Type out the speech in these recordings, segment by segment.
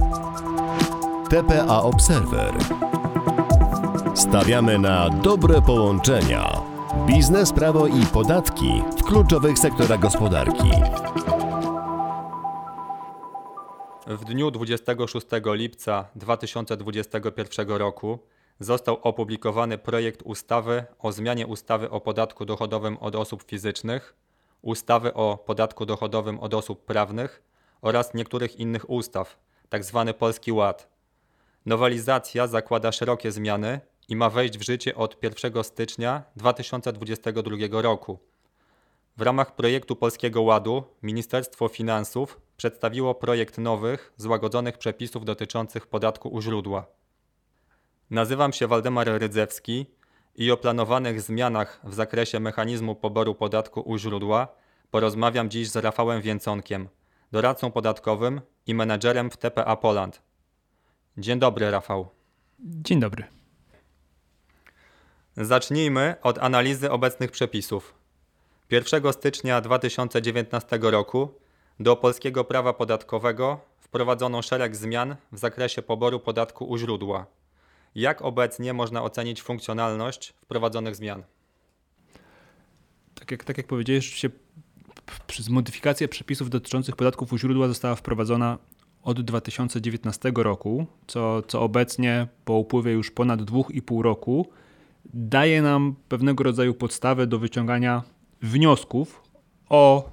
TPA Observer. Stawiamy na dobre połączenia. Biznes, prawo i podatki w kluczowych sektorach gospodarki. W dniu 26 lipca 2021 roku został opublikowany projekt ustawy o zmianie ustawy o podatku dochodowym od osób fizycznych, ustawy o podatku dochodowym od osób prawnych oraz niektórych innych ustaw, tzw. Polski Ład. Nowelizacja zakłada szerokie zmiany i ma wejść w życie od 1 stycznia 2022 roku. W ramach projektu Polskiego Ładu Ministerstwo Finansów przedstawiło projekt nowych, złagodzonych przepisów dotyczących podatku u źródła. Nazywam się Waldemar Rydzewski i o planowanych zmianach w zakresie mechanizmu poboru podatku u źródła porozmawiam dziś z Rafałem Więconkiem, doradcą podatkowym i menedżerem w TPA Poland. Dzień dobry, Rafał. Dzień dobry. Zacznijmy od analizy obecnych przepisów. 1 stycznia 2019 roku do polskiego prawa podatkowego wprowadzono szereg zmian w zakresie poboru podatku u źródła. Jak obecnie można ocenić funkcjonalność wprowadzonych zmian? Tak jak powiedziałeś, modyfikacja przepisów dotyczących podatków u źródła została wprowadzona od 2019 roku, co obecnie po upływie już ponad 2,5 roku daje nam pewnego rodzaju podstawę do wyciągania wniosków o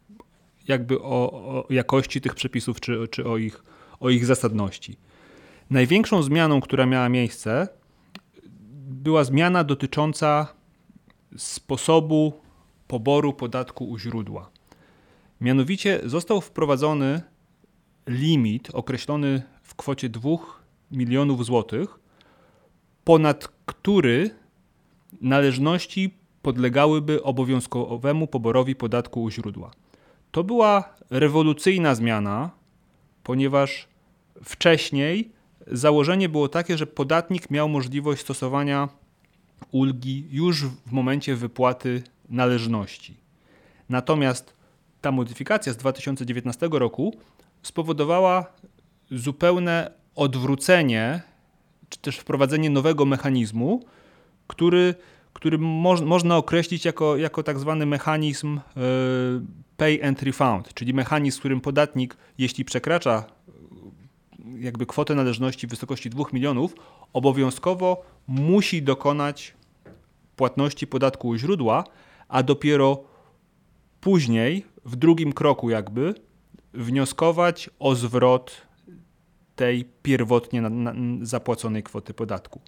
jakości tych przepisów czy o ich zasadności. Największą zmianą, która miała miejsce, była zmiana dotycząca sposobu poboru podatku u źródła. Mianowicie został wprowadzony limit określony w kwocie 2 milionów złotych, ponad który należności podlegałyby obowiązkowemu poborowi podatku u źródła. To była rewolucyjna zmiana, ponieważ wcześniej założenie było takie, że podatnik miał możliwość stosowania ulgi już w momencie wypłaty należności. Natomiast ta modyfikacja z 2019 roku spowodowała zupełne odwrócenie, czy też wprowadzenie nowego mechanizmu, który można określić jako tak zwany mechanizm pay and refund, czyli mechanizm, w którym podatnik, jeśli przekracza kwotę należności w wysokości 2 milionów, obowiązkowo musi dokonać płatności podatku u źródła, a dopiero później, w drugim kroku wnioskować o zwrot tej pierwotnie zapłaconej kwoty podatku.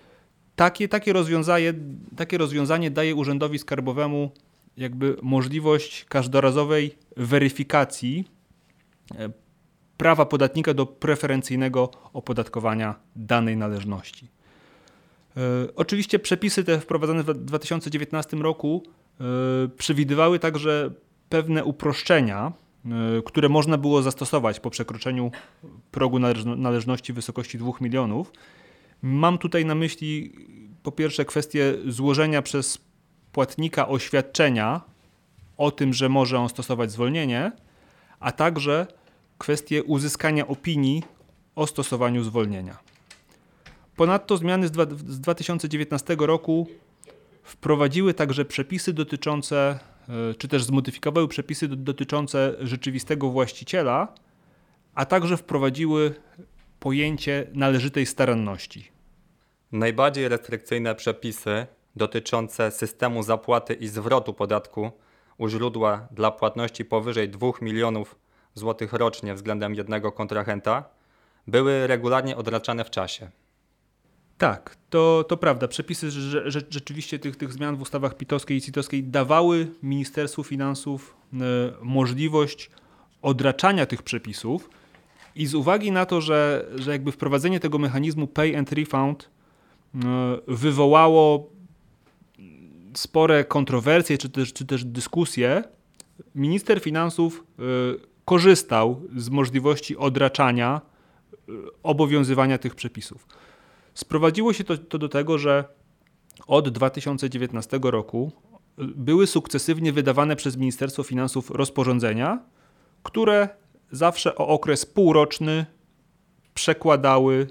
Takie rozwiązanie daje urzędowi skarbowemu możliwość każdorazowej weryfikacji prawa podatnika do preferencyjnego opodatkowania danej należności. Oczywiście przepisy te wprowadzone w 2019 roku przewidywały także pewne uproszczenia, które można było zastosować po przekroczeniu progu należności w wysokości 2 milionów. Mam tutaj na myśli po pierwsze kwestię złożenia przez płatnika oświadczenia o tym, że może on stosować zwolnienie, a także kwestię uzyskania opinii o stosowaniu zwolnienia. Ponadto zmiany z 2019 roku wprowadziły także przepisy dotyczące, czy też zmodyfikowały przepisy dotyczące rzeczywistego właściciela, a także wprowadziły pojęcie należytej staranności. Najbardziej restrykcyjne przepisy dotyczące systemu zapłaty i zwrotu podatku u źródła dla płatności powyżej 2 milionów złotych rocznie względem jednego kontrahenta były regularnie odraczane w czasie. Tak, to prawda. Przepisy rzeczywiście tych zmian w ustawach PIT-owskiej i CIT-owskiej dawały Ministerstwu Finansów możliwość odraczania tych przepisów i z uwagi na to, że wprowadzenie tego mechanizmu pay and refund wywołało spore kontrowersje czy też dyskusje, minister finansów korzystał z możliwości odraczania obowiązywania tych przepisów. Sprowadziło się to do tego, że od 2019 roku były sukcesywnie wydawane przez Ministerstwo Finansów rozporządzenia, które zawsze o okres półroczny przekładały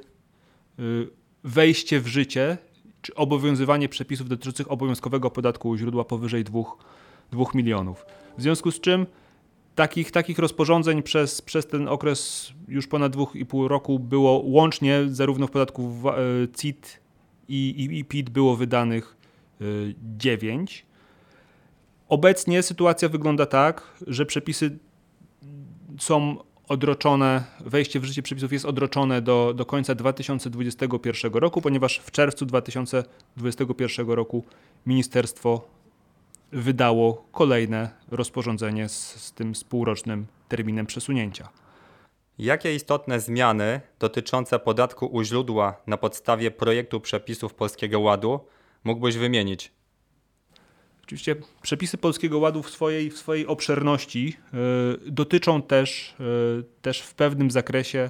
wejście w życie czy obowiązywanie przepisów dotyczących obowiązkowego podatku u źródła powyżej 2 milionów. W związku z czym takich rozporządzeń przez ten okres już ponad 2,5 roku było łącznie zarówno w podatku CIT i PIT było wydanych 9. Obecnie sytuacja wygląda tak, że przepisy są odroczone, wejście w życie przepisów jest odroczone do końca 2021 roku, ponieważ w czerwcu 2021 roku ministerstwo wydało kolejne rozporządzenie z tym półrocznym terminem przesunięcia. Jakie istotne zmiany dotyczące podatku u źródła na podstawie projektu przepisów Polskiego Ładu mógłbyś wymienić? Oczywiście przepisy Polskiego Ładu w swojej obszerności dotyczą też w pewnym zakresie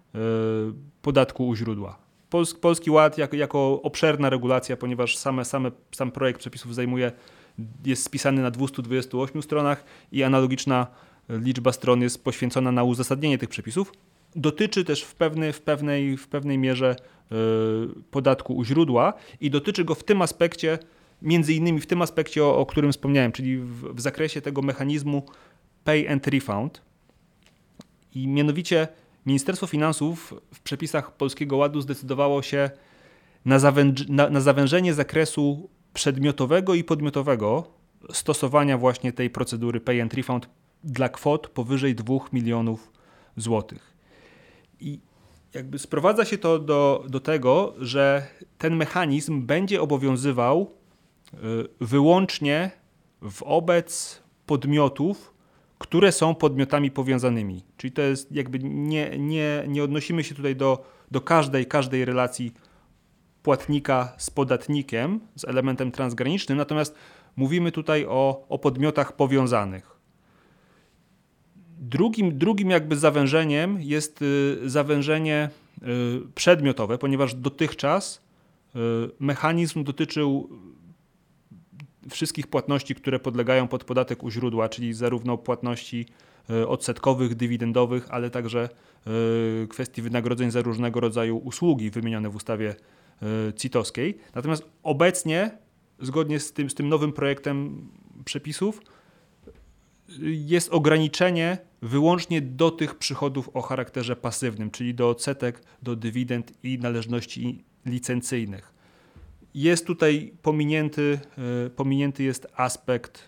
podatku u źródła. Polski Ład jako obszerna regulacja, ponieważ sam projekt przepisów jest spisany na 228 stronach i analogiczna liczba stron jest poświęcona na uzasadnienie tych przepisów, dotyczy też w pewnej mierze podatku u źródła i dotyczy go w tym aspekcie, między innymi w tym aspekcie, o którym wspomniałem, czyli w zakresie tego mechanizmu pay and refund. I mianowicie Ministerstwo Finansów w przepisach Polskiego Ładu zdecydowało się na zawężenie zakresu przedmiotowego i podmiotowego stosowania właśnie tej procedury pay and refund dla kwot powyżej 2 milionów złotych. I jakby sprowadza się to do tego, że ten mechanizm będzie obowiązywał wyłącznie wobec podmiotów, które są podmiotami powiązanymi. Czyli to jest jakby nie odnosimy się tutaj do każdej relacji płatnika z podatnikiem, z elementem transgranicznym, natomiast mówimy tutaj o podmiotach powiązanych. Drugim jakby zawężeniem jest zawężenie przedmiotowe, ponieważ dotychczas mechanizm dotyczył wszystkich płatności, które podlegają pod podatek u źródła, czyli zarówno płatności odsetkowych, dywidendowych, ale także kwestii wynagrodzeń za różnego rodzaju usługi wymienione w ustawie CIT-owskiej. Natomiast obecnie, zgodnie z tym nowym projektem przepisów, jest ograniczenie wyłącznie do tych przychodów o charakterze pasywnym, czyli do odsetek, do dywidend i należności licencyjnych. Jest tutaj pominięty jest aspekt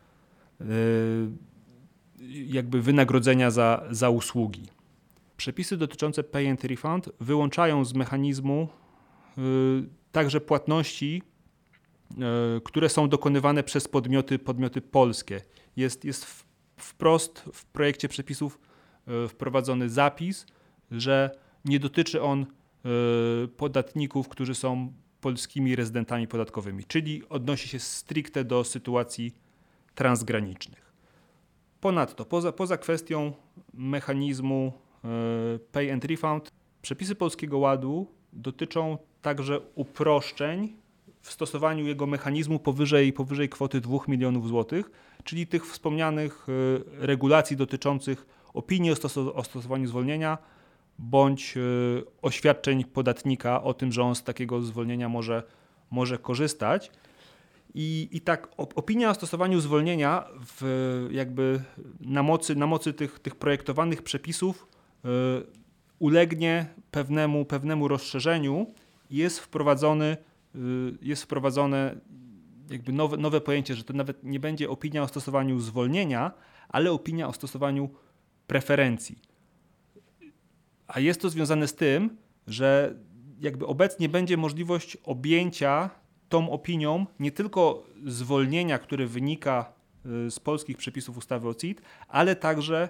jakby wynagrodzenia za usługi. Przepisy dotyczące pay and refund wyłączają z mechanizmu także płatności, które są dokonywane przez podmioty polskie. Jest wprost w projekcie przepisów wprowadzony zapis, że nie dotyczy on podatników, którzy są polskimi rezydentami podatkowymi, czyli odnosi się stricte do sytuacji transgranicznych. Ponadto, poza kwestią mechanizmu pay and refund, przepisy Polskiego Ładu dotyczą także uproszczeń w stosowaniu jego mechanizmu powyżej kwoty 2 milionów złotych, czyli tych wspomnianych regulacji dotyczących opinii o stosowaniu zwolnienia bądź oświadczeń podatnika o tym, że on z takiego zwolnienia może korzystać. I tak opinia o stosowaniu zwolnienia jakby na mocy tych projektowanych przepisów ulegnie pewnemu rozszerzeniu i jest wprowadzone jakby nowe pojęcie, że to nawet nie będzie opinia o stosowaniu zwolnienia, ale opinia o stosowaniu preferencji. A jest to związane z tym, że jakby obecnie będzie możliwość objęcia tą opinią nie tylko zwolnienia, które wynika z polskich przepisów ustawy o CIT, ale także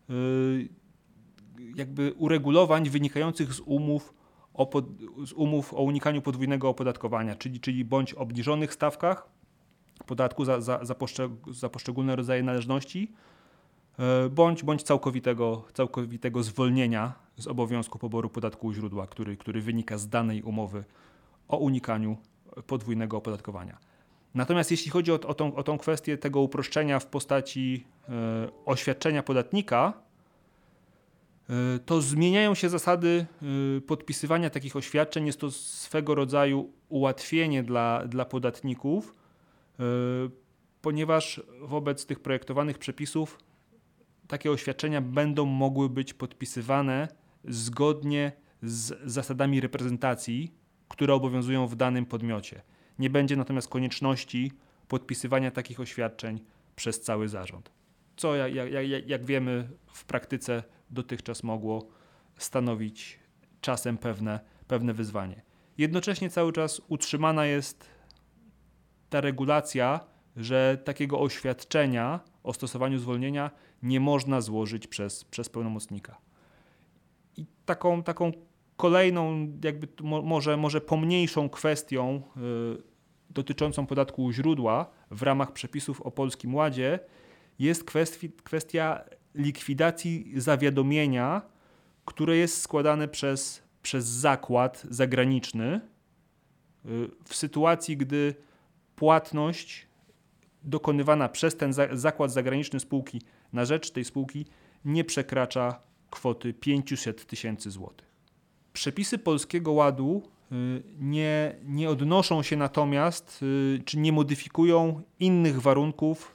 jakby uregulowań wynikających z umów o unikaniu podwójnego opodatkowania, czyli bądź obniżonych stawkach podatku za poszczególne rodzaje należności, bądź całkowitego zwolnienia z obowiązku poboru podatku u źródła, który wynika z danej umowy o unikaniu podwójnego opodatkowania. Natomiast jeśli chodzi o tą kwestię tego uproszczenia w postaci oświadczenia podatnika, to zmieniają się zasady podpisywania takich oświadczeń. Jest to swego rodzaju ułatwienie dla podatników, ponieważ wobec tych projektowanych przepisów takie oświadczenia będą mogły być podpisywane zgodnie z zasadami reprezentacji, które obowiązują w danym podmiocie. Nie będzie natomiast konieczności podpisywania takich oświadczeń przez cały zarząd, co jak wiemy w praktyce dotychczas mogło stanowić czasem pewne wyzwanie. Jednocześnie cały czas utrzymana jest ta regulacja, że takiego oświadczenia o stosowaniu zwolnienia nie można złożyć przez pełnomocnika. I taką kolejną, jakby może pomniejszą kwestią dotyczącą podatku u źródła w ramach przepisów o Polskim Ładzie jest kwestia likwidacji zawiadomienia, które jest składane przez zakład zagraniczny w sytuacji, gdy płatność dokonywana przez ten zakład zagraniczny spółki na rzecz tej spółki nie przekracza kwoty 500 tysięcy złotych. Przepisy Polskiego Ładu nie odnoszą się natomiast, czy nie modyfikują innych warunków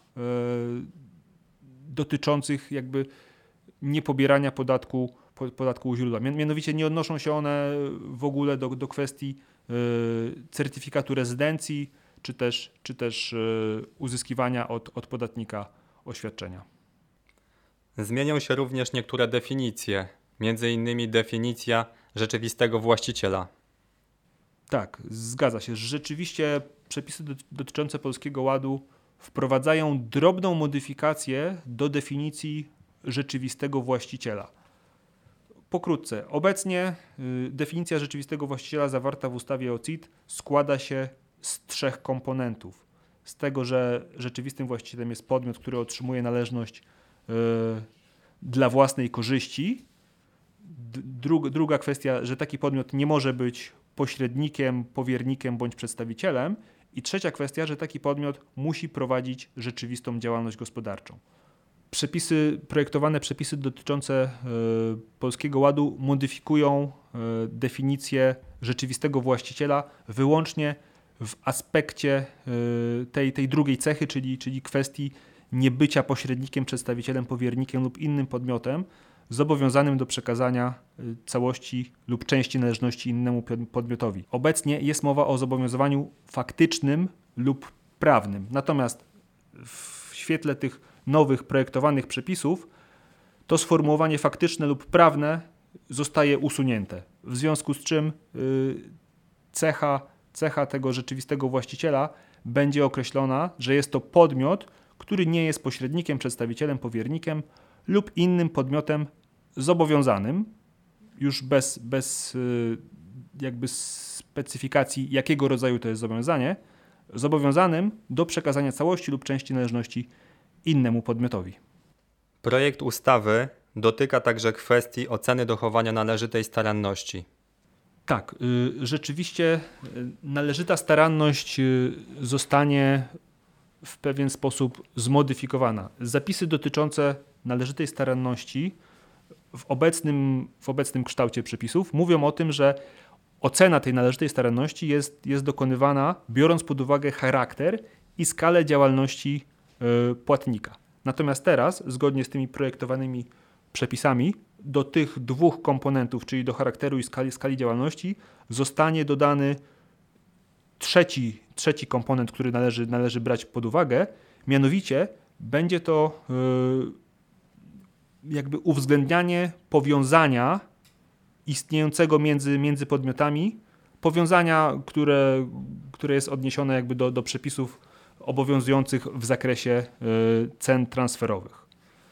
dotyczących jakby niepobierania podatku u źródła. Mianowicie nie odnoszą się one w ogóle do kwestii certyfikatu rezydencji, czy też uzyskiwania od podatnika oświadczenia. Zmienią się również niektóre definicje, między innymi definicja rzeczywistego właściciela. Tak, zgadza się. Rzeczywiście przepisy dotyczące Polskiego Ładu wprowadzają drobną modyfikację do definicji rzeczywistego właściciela. Pokrótce, obecnie definicja rzeczywistego właściciela zawarta w ustawie o CIT składa się z 3 komponentów. Z tego, że rzeczywistym właścicielem jest podmiot, który otrzymuje należność dla własnej korzyści. Druga kwestia, że taki podmiot nie może być pośrednikiem, powiernikiem bądź przedstawicielem. I trzecia kwestia, że taki podmiot musi prowadzić rzeczywistą działalność gospodarczą. Projektowane przepisy dotyczące Polskiego Ładu modyfikują definicję rzeczywistego właściciela wyłącznie w aspekcie tej drugiej cechy, czyli kwestii niebycia pośrednikiem, przedstawicielem, powiernikiem lub innym podmiotem zobowiązanym do przekazania całości lub części należności innemu podmiotowi. Obecnie jest mowa o zobowiązaniu faktycznym lub prawnym. Natomiast w świetle tych nowych projektowanych przepisów to sformułowanie faktyczne lub prawne zostaje usunięte. W związku z czym cecha tego rzeczywistego właściciela będzie określona, że jest to podmiot, który nie jest pośrednikiem, przedstawicielem, powiernikiem lub innym podmiotem zobowiązanym, już bez jakby specyfikacji, jakiego rodzaju to jest zobowiązanie, zobowiązanym do przekazania całości lub części należności innemu podmiotowi. Projekt ustawy dotyka także kwestii oceny dochowania należytej staranności. Tak, rzeczywiście należyta staranność zostanie w pewien sposób zmodyfikowana. Zapisy dotyczące należytej staranności w obecnym kształcie przepisów mówią o tym, że ocena tej należytej staranności jest dokonywana biorąc pod uwagę charakter i skalę działalności płatnika. Natomiast teraz, zgodnie z tymi projektowanymi przepisami, do tych 2 komponentów, czyli do charakteru i skali działalności, zostanie dodany trzeci komponent, który należy brać pod uwagę, mianowicie będzie to jakby uwzględnianie powiązania istniejącego między podmiotami, powiązania, które jest odniesione jakby do przepisów obowiązujących w zakresie cen transferowych.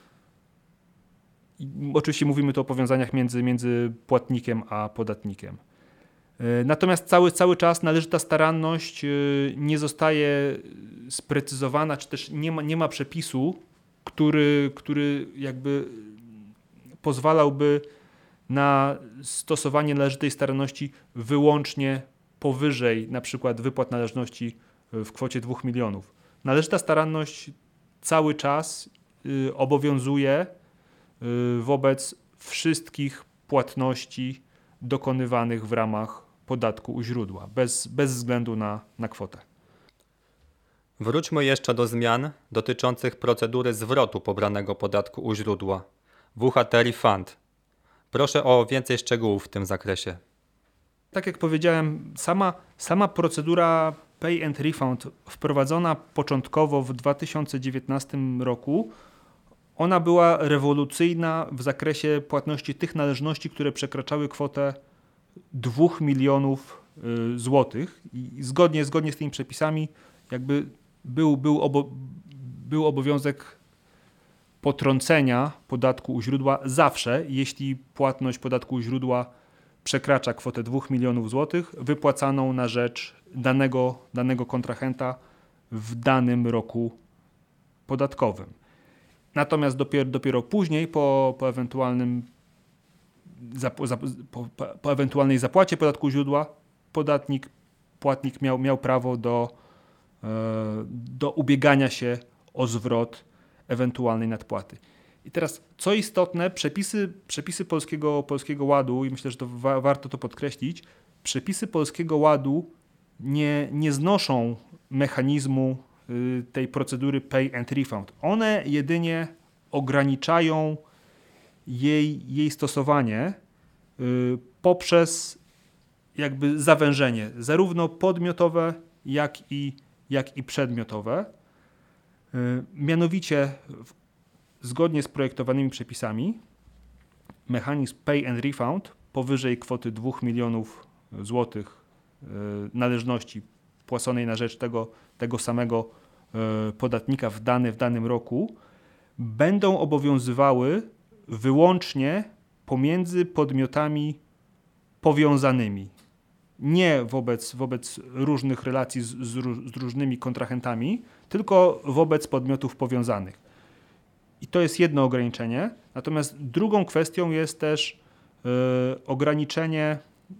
I oczywiście mówimy tu o powiązaniach między płatnikiem a podatnikiem. Natomiast cały czas należyta staranność nie zostaje sprecyzowana, czy też nie ma przepisu, który jakby pozwalałby na stosowanie należytej staranności wyłącznie powyżej na przykład wypłat należności w kwocie 2 milionów. Należyta staranność cały czas obowiązuje wobec wszystkich płatności dokonywanych w ramach podatku u źródła, bez względu na kwotę. Wróćmy jeszcze do zmian dotyczących procedury zwrotu pobranego podatku u źródła. WHT Refund. Proszę o więcej szczegółów w tym zakresie. Tak jak powiedziałem, sama procedura Pay and Refund wprowadzona początkowo w 2019 roku, ona była rewolucyjna w zakresie płatności tych należności, które przekraczały kwotę 2 milionów złotych. I zgodnie z tymi przepisami jakby był obowiązek potrącenia podatku u źródła zawsze, jeśli płatność podatku u źródła przekracza kwotę 2 milionów złotych wypłacaną na rzecz danego kontrahenta w danym roku podatkowym. Natomiast dopiero później, po ewentualnej zapłacie podatku u źródła, płatnik miał prawo do ubiegania się o zwrot ewentualnej nadpłaty. I teraz, co istotne, przepisy Polskiego Ładu, i myślę, że to warto to podkreślić, przepisy Polskiego Ładu nie znoszą mechanizmu tej procedury Pay and Refund. One jedynie ograniczają jej stosowanie poprzez jakby zawężenie, zarówno podmiotowe, jak i przedmiotowe. Mianowicie, zgodnie z projektowanymi przepisami, mechanizm Pay and Refund powyżej kwoty 2 milionów złotych należności płaconej na rzecz tego samego podatnika w danym roku będą obowiązywały wyłącznie pomiędzy podmiotami powiązanymi. Nie wobec różnych relacji z różnymi kontrahentami, tylko wobec podmiotów powiązanych. I to jest jedno ograniczenie. Natomiast drugą kwestią jest też ograniczenie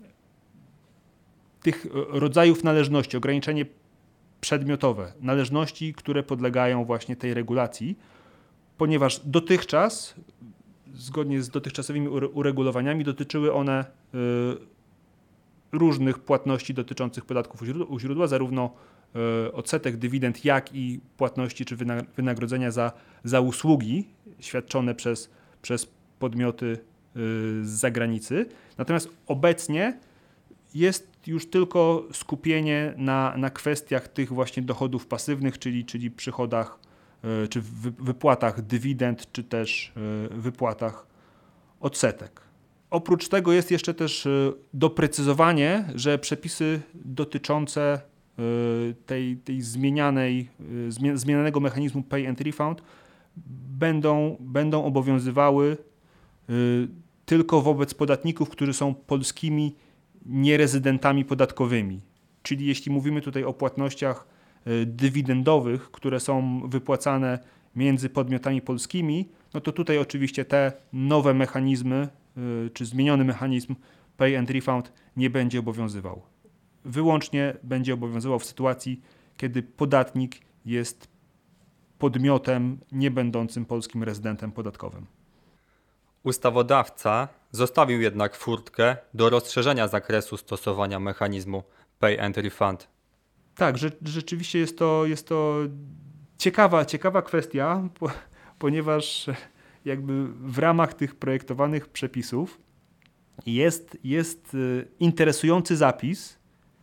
tych rodzajów należności, ograniczenie przedmiotowe, należności, które podlegają właśnie tej regulacji, ponieważ dotychczas, zgodnie z dotychczasowymi uregulowaniami, dotyczyły one różnych płatności dotyczących podatków u źródła, zarówno odsetek, dywidend, jak i płatności czy wynagrodzenia za usługi świadczone przez podmioty z zagranicy. Natomiast obecnie jest już tylko skupienie na kwestiach tych właśnie dochodów pasywnych, czyli przychodach, czy wypłatach dywidend, czy też wypłatach odsetek. Oprócz tego jest jeszcze też doprecyzowanie, że przepisy dotyczące tej zmienianego mechanizmu Pay and Refund będą obowiązywały tylko wobec podatników, którzy są polskimi nierezydentami podatkowymi. Czyli jeśli mówimy tutaj o płatnościach dywidendowych, które są wypłacane między podmiotami polskimi, no to tutaj oczywiście te nowe mechanizmy, czy zmieniony mechanizm Pay and Refund nie będzie obowiązywał. Wyłącznie będzie obowiązywał w sytuacji, kiedy podatnik jest podmiotem niebędącym polskim rezydentem podatkowym. Ustawodawca zostawił jednak furtkę do rozszerzenia zakresu stosowania mechanizmu Pay and Refund. Tak, rzeczywiście jest to ciekawa kwestia, ponieważ jakby w ramach tych projektowanych przepisów jest interesujący zapis,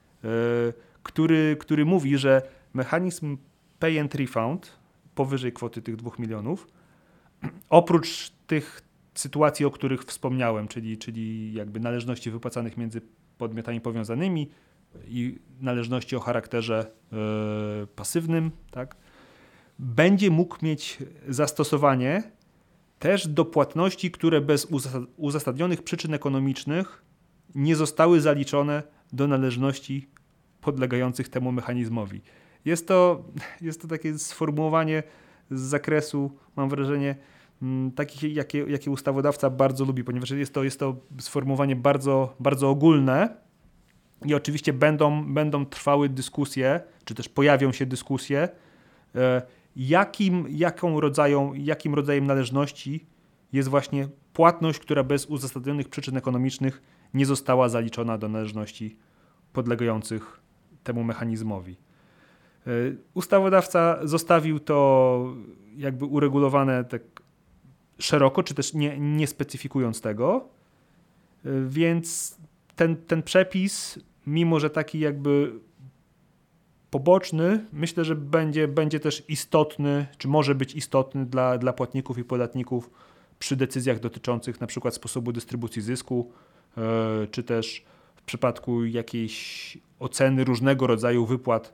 który mówi, że mechanizm Pay and Refund powyżej kwoty tych 2 milionów, oprócz tych sytuacji, o których wspomniałem, czyli jakby należności wypłacanych między podmiotami powiązanymi i należności o charakterze pasywnym, tak, będzie mógł mieć zastosowanie też do płatności, które bez uzasadnionych przyczyn ekonomicznych nie zostały zaliczone do należności podlegających temu mechanizmowi. Jest to takie sformułowanie z zakresu, mam wrażenie, takich, jakie ustawodawca bardzo lubi, ponieważ jest to sformułowanie bardzo, bardzo ogólne i oczywiście będą trwały dyskusje, czy też pojawią się dyskusje, jakim rodzajem należności jest właśnie płatność, która bez uzasadnionych przyczyn ekonomicznych nie została zaliczona do należności podlegających temu mechanizmowi. Ustawodawca zostawił to jakby uregulowane tak szeroko, czy też nie specyfikując tego, więc ten przepis, mimo że taki jakby poboczny, myślę, że będzie też istotny, czy może być istotny dla płatników i podatników przy decyzjach dotyczących na przykład sposobu dystrybucji zysku, czy też w przypadku jakiejś oceny różnego rodzaju wypłat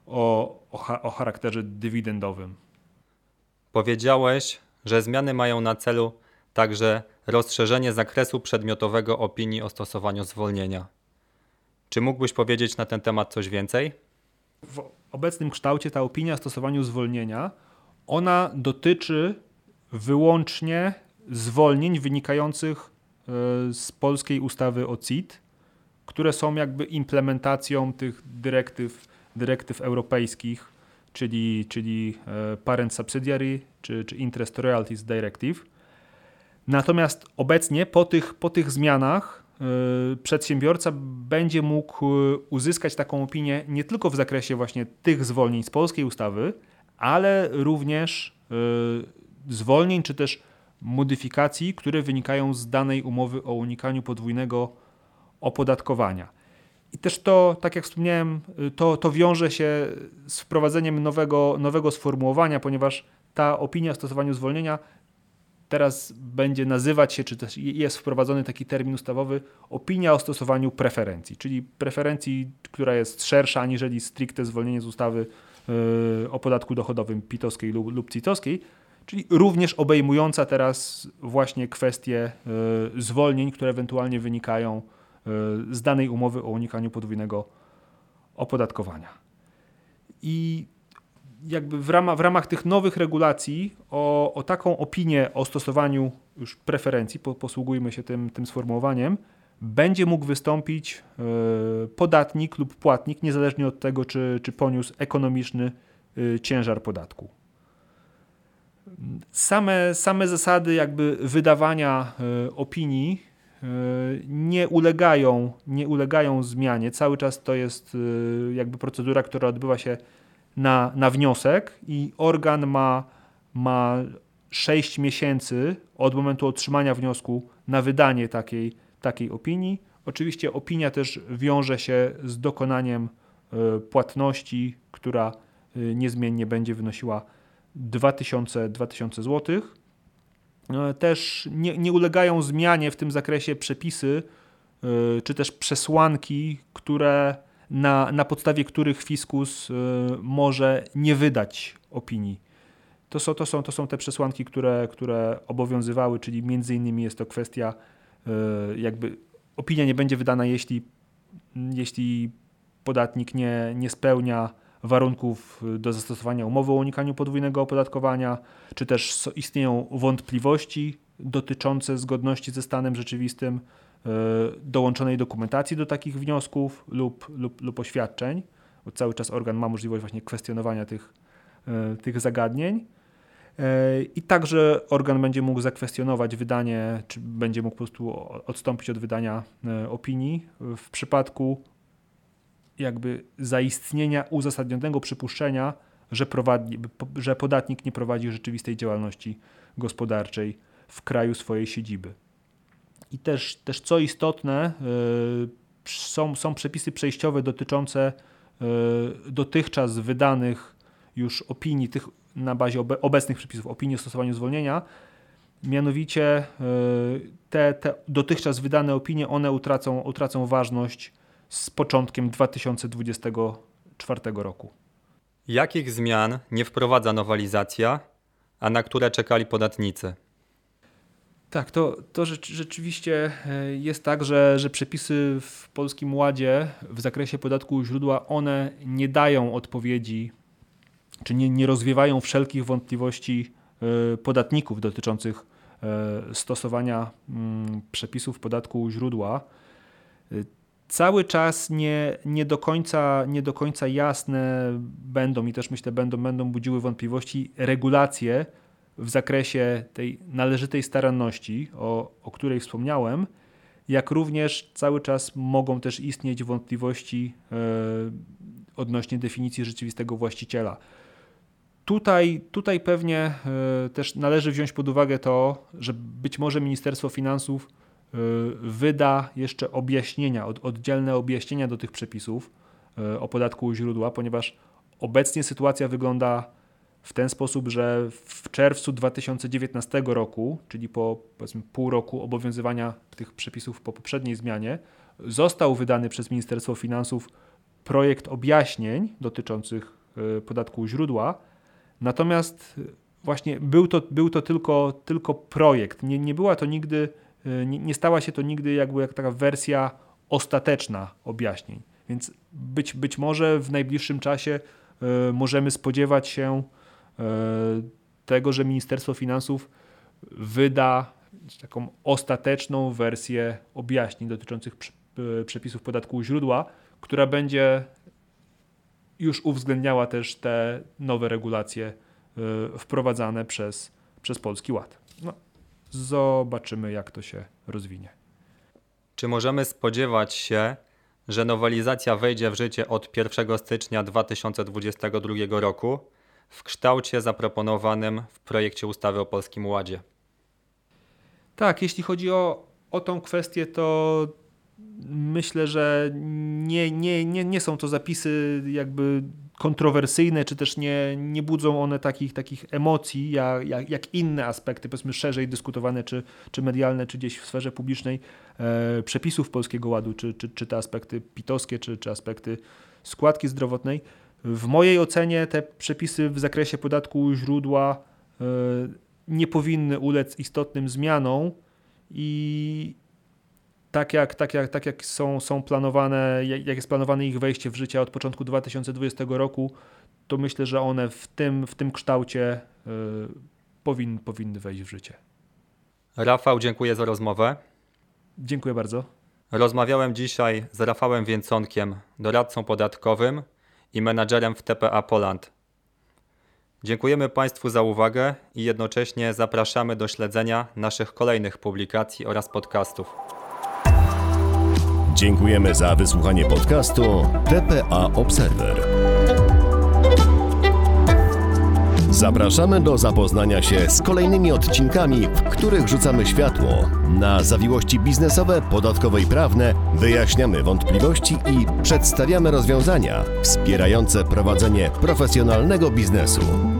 o charakterze dywidendowym. Powiedziałeś, że zmiany mają na celu także rozszerzenie zakresu przedmiotowego opinii o stosowaniu zwolnienia. Czy mógłbyś powiedzieć na ten temat coś więcej? W obecnym kształcie ta opinia o stosowaniu zwolnienia, ona dotyczy wyłącznie zwolnień wynikających z polskiej ustawy o CIT, które są jakby implementacją tych dyrektyw europejskich, czyli Parent Subsidiary czy Interest Royalties Directive. Natomiast obecnie po tych zmianach przedsiębiorca będzie mógł uzyskać taką opinię nie tylko w zakresie właśnie tych zwolnień z polskiej ustawy, ale również zwolnień czy też modyfikacji, które wynikają z danej umowy o unikaniu podwójnego opodatkowania. I też to, tak jak wspomniałem, to wiąże się z wprowadzeniem nowego sformułowania, ponieważ ta opinia o stosowaniu zwolnienia teraz będzie nazywać się, czy też jest wprowadzony taki termin ustawowy, opinia o stosowaniu preferencji, czyli preferencji, która jest szersza aniżeli stricte zwolnienie z ustawy o podatku dochodowym PIT-owskiej lub CIT-owskiej, czyli również obejmująca teraz właśnie kwestie zwolnień, które ewentualnie wynikają z danej umowy o unikaniu podwójnego opodatkowania. I jakby w ramach tych nowych regulacji o taką opinię o stosowaniu już preferencji, posługujmy się tym sformułowaniem, będzie mógł wystąpić podatnik lub płatnik, niezależnie od tego, czy poniósł ekonomiczny ciężar podatku. Same zasady jakby wydawania opinii nie ulegają zmianie. Cały czas to jest jakby procedura, która odbywa się na wniosek i organ ma 6 miesięcy od momentu otrzymania wniosku na wydanie takiej opinii. Oczywiście opinia też wiąże się z dokonaniem płatności, która niezmiennie będzie wynosiła 2000 zł. Też nie ulegają zmianie w tym zakresie przepisy czy też przesłanki, na podstawie których fiskus może nie wydać opinii. To są te przesłanki, które obowiązywały, czyli między innymi jest to kwestia, jakby opinia nie będzie wydana, jeśli podatnik nie spełnia warunków do zastosowania umowy o unikaniu podwójnego opodatkowania, czy też istnieją wątpliwości dotyczące zgodności ze stanem rzeczywistym dołączonej dokumentacji do takich wniosków lub oświadczeń, bo cały czas organ ma możliwość właśnie kwestionowania tych zagadnień. I także organ będzie mógł zakwestionować wydanie, czy będzie mógł po prostu odstąpić od wydania opinii w przypadku jakby zaistnienia uzasadnionego przypuszczenia, że podatnik nie prowadzi rzeczywistej działalności gospodarczej w kraju swojej siedziby. I też co istotne, są przepisy przejściowe dotyczące dotychczas wydanych już opinii, tych na bazie obecnych przepisów opinii o stosowaniu zwolnienia. Mianowicie te dotychczas wydane opinie, one utracą ważność z początkiem 2024 roku. Jakich zmian nie wprowadza nowelizacja, a na które czekali podatnicy? Tak, to rzeczywiście jest tak, że przepisy w Polskim Ładzie w zakresie podatku u źródła, one nie dają odpowiedzi, czy nie rozwiewają wszelkich wątpliwości podatników dotyczących stosowania przepisów podatku u źródła. Cały czas nie do końca jasne będą i też myślę będą budziły wątpliwości regulacje w zakresie tej należytej staranności, o której wspomniałem, jak również cały czas mogą też istnieć wątpliwości odnośnie definicji rzeczywistego właściciela. Tutaj pewnie też należy wziąć pod uwagę to, że być może Ministerstwo Finansów wyda jeszcze objaśnienia, oddzielne objaśnienia do tych przepisów o podatku u źródła, ponieważ obecnie sytuacja wygląda w ten sposób, że w czerwcu 2019 roku, czyli po powiedzmy pół roku obowiązywania tych przepisów po poprzedniej zmianie, został wydany przez Ministerstwo Finansów projekt objaśnień dotyczących podatku u źródła, natomiast właśnie był to tylko projekt. Nie była to nigdy, nie stała się to nigdy jak taka wersja ostateczna objaśnień. Więc być może w najbliższym czasie możemy spodziewać się tego, że Ministerstwo Finansów wyda taką ostateczną wersję objaśnień dotyczących przepisów podatku u źródła, która będzie już uwzględniała też te nowe regulacje wprowadzane przez Polski Ład. No, zobaczymy, jak to się rozwinie. Czy możemy spodziewać się, że nowelizacja wejdzie w życie od 1 stycznia 2022 roku w kształcie zaproponowanym w projekcie ustawy o Polskim Ładzie? Tak, jeśli chodzi o tą kwestię, to myślę, że nie są to zapisy jakby kontrowersyjne, czy też nie budzą one takich emocji, jak inne aspekty, powiedzmy szerzej dyskutowane, czy medialne, czy gdzieś w sferze publicznej przepisów Polskiego Ładu, czy te aspekty PIT-owskie, czy aspekty składki zdrowotnej. W mojej ocenie te przepisy w zakresie podatku u źródła nie powinny ulec istotnym zmianom i tak jak są planowane, jak jest planowane ich wejście w życie od początku 2020 roku, to myślę, że one w tym kształcie powinny wejść w życie. Rafał, dziękuję za rozmowę. Dziękuję bardzo. Rozmawiałem dzisiaj z Rafałem Więconkiem, doradcą podatkowym i menadżerem w TPA Poland. Dziękujemy Państwu za uwagę i jednocześnie zapraszamy do śledzenia naszych kolejnych publikacji oraz podcastów. Dziękujemy za wysłuchanie podcastu TPA Observer. Zapraszamy do zapoznania się z kolejnymi odcinkami, w których rzucamy światło na zawiłości biznesowe, podatkowe i prawne, wyjaśniamy wątpliwości i przedstawiamy rozwiązania wspierające prowadzenie profesjonalnego biznesu.